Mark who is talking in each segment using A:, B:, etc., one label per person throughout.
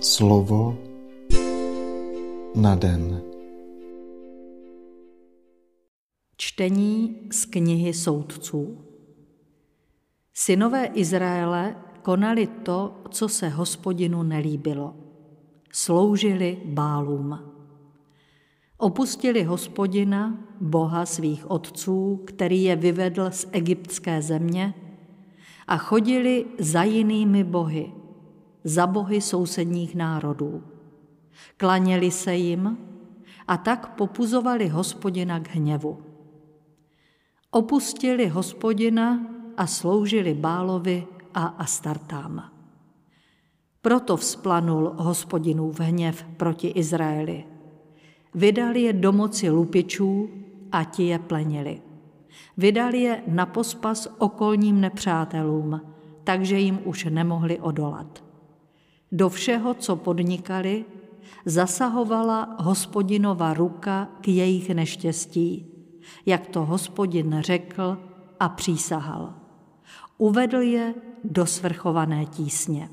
A: Slovo na den.
B: Čtení z knihy Soudců. Synové Izraele konali to, co se Hospodinu nelíbilo. Sloužili Bálům. Opustili Hospodina, Boha svých otců, který je vyvedl z egyptské země, a chodili za jinými bohy, za bohy sousedních národů. Klaněli se jim a tak popuzovali Hospodina k hněvu. Opustili Hospodina a sloužili Bálovi a Astartám. Proto vzplanul Hospodinův hněv proti Izraeli. Vydal je do moci lupičů a ti je plenili. Vydal je na pospas okolním nepřátelům, takže jim už nemohli odolat. Do všeho, co podnikali, zasahovala Hospodinova ruka k jejich neštěstí, jak to Hospodin řekl a přísahal. Uvedl je do svrchované tísně.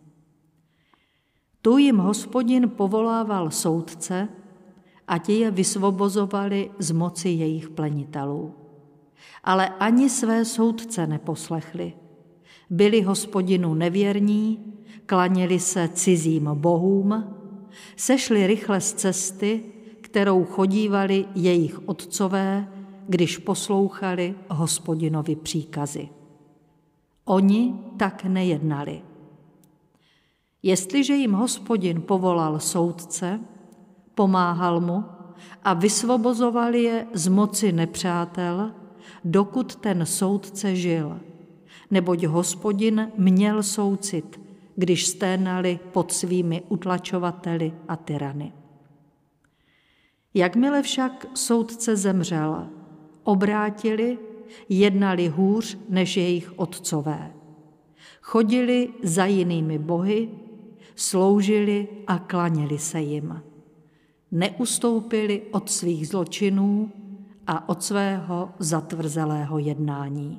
B: Tu jim Hospodin povolával soudce a ti je vysvobozovali z moci jejich plenitelů. Ale ani své soudce neposlechli. Byli Hospodinu nevěrní, klaněli se cizím bohům, sešli rychle z cesty, kterou chodívali jejich otcové, když poslouchali Hospodinovi příkazy. Oni tak nejednali. Jestliže jim Hospodin povolal soudce, pomáhal mu a vysvobozoval je z moci nepřátel, dokud ten soudce žil, neboť Hospodin měl soucit, když sténali pod svými utlačovateli a tyrany. Jakmile však soudce zemřel, obrátili, jednali hůř než jejich otcové. Chodili za jinými bohy, sloužili a klaněli se jim. Neustoupili od svých zločinů a od svého zatvrzelého jednání.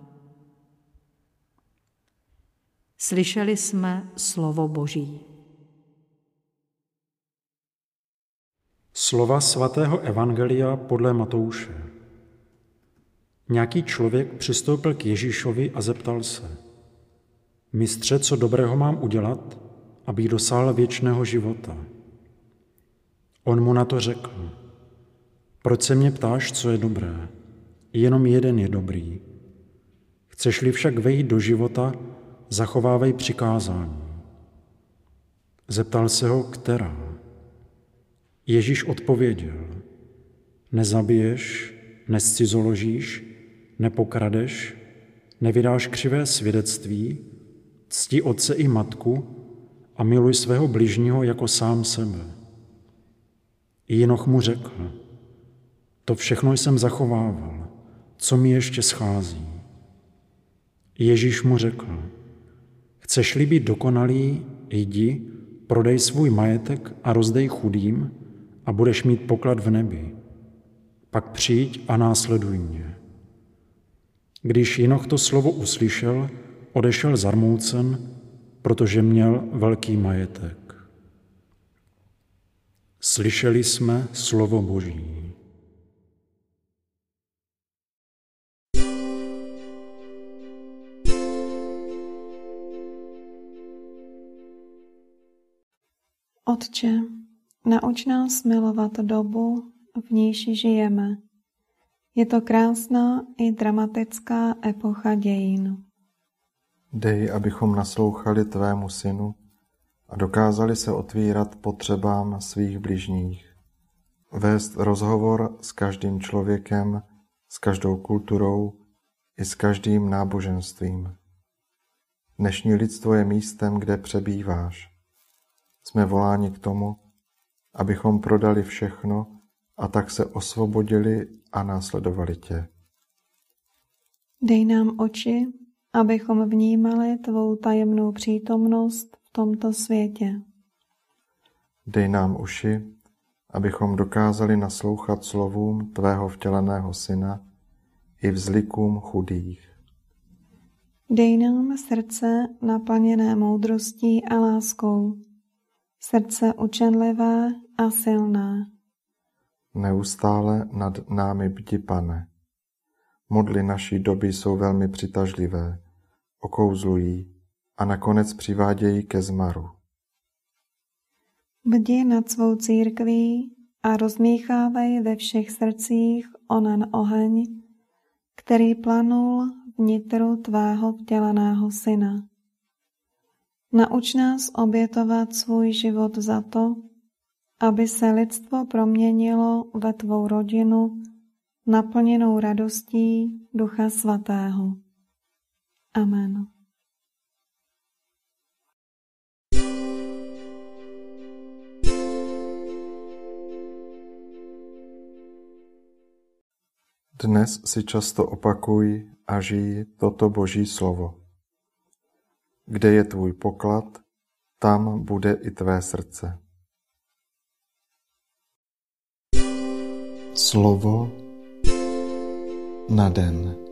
B: Slyšeli jsme slovo Boží.
C: Slova svatého evangelia podle Matouše. Nějaký člověk přistoupil k Ježíšovi a zeptal se: Mistře, co dobrého mám udělat, abych dosáhl věčného života? On mu na to řekl: Proč se mě ptáš, co je dobré? Jenom jeden je dobrý. Chceš-li však vejít do života, zachovávej přikázání. Zeptal se ho, která. Ježíš odpověděl: Nezabiješ, nezcizoložíš, nepokradeš, nevydáš křivé svědectví, cti otce i matku a miluj svého bližního jako sám sebe. Jinoch mu řekl: To všechno jsem zachovával, co mi ještě schází. Ježíš mu řekl: Chceš-li být dokonalý, jdi, prodej svůj majetek a rozdej chudým a budeš mít poklad v nebi. Pak přijď a následuj mě. Když Jinoch to slovo uslyšel, odešel zarmoucen, protože měl velký majetek. Slyšeli jsme slovo Boží.
D: Otče, nauč nás milovat dobu, v níž žijeme. Je to krásná i dramatická epocha dějin.
A: Dej, abychom naslouchali tvému synu a dokázali se otvírat potřebám svých bližních. Vést rozhovor s každým člověkem, s každou kulturou i s každým náboženstvím. Dnešní lidstvo je místem, kde přebýváš. Jsme voláni k tomu, abychom prodali všechno a tak se osvobodili a následovali tě.
D: Dej nám oči, abychom vnímali tvou tajemnou přítomnost v tomto světě.
A: Dej nám uši, abychom dokázali naslouchat slovům tvého vtěleného syna i vzlikům chudých.
D: Dej nám srdce naplněné moudrostí a láskou, srdce učenlivé a silné.
A: Neustále nad námi bdi, Pane. Modly naší doby jsou velmi přitažlivé, okouzlují a nakonec přivádějí ke zmaru.
D: Bdi nad svou církví a rozmíchávej ve všech srdcích onen oheň, který planul v nitru tvého vtěleného syna. Nauč nás obětovat svůj život za to, aby se lidstvo proměnilo ve tvou rodinu, naplněnou radostí Ducha Svatého. Amen.
A: Dnes si často opakuj a žij toto Boží slovo. Kde je tvůj poklad, tam bude i tvé srdce. Slovo na den.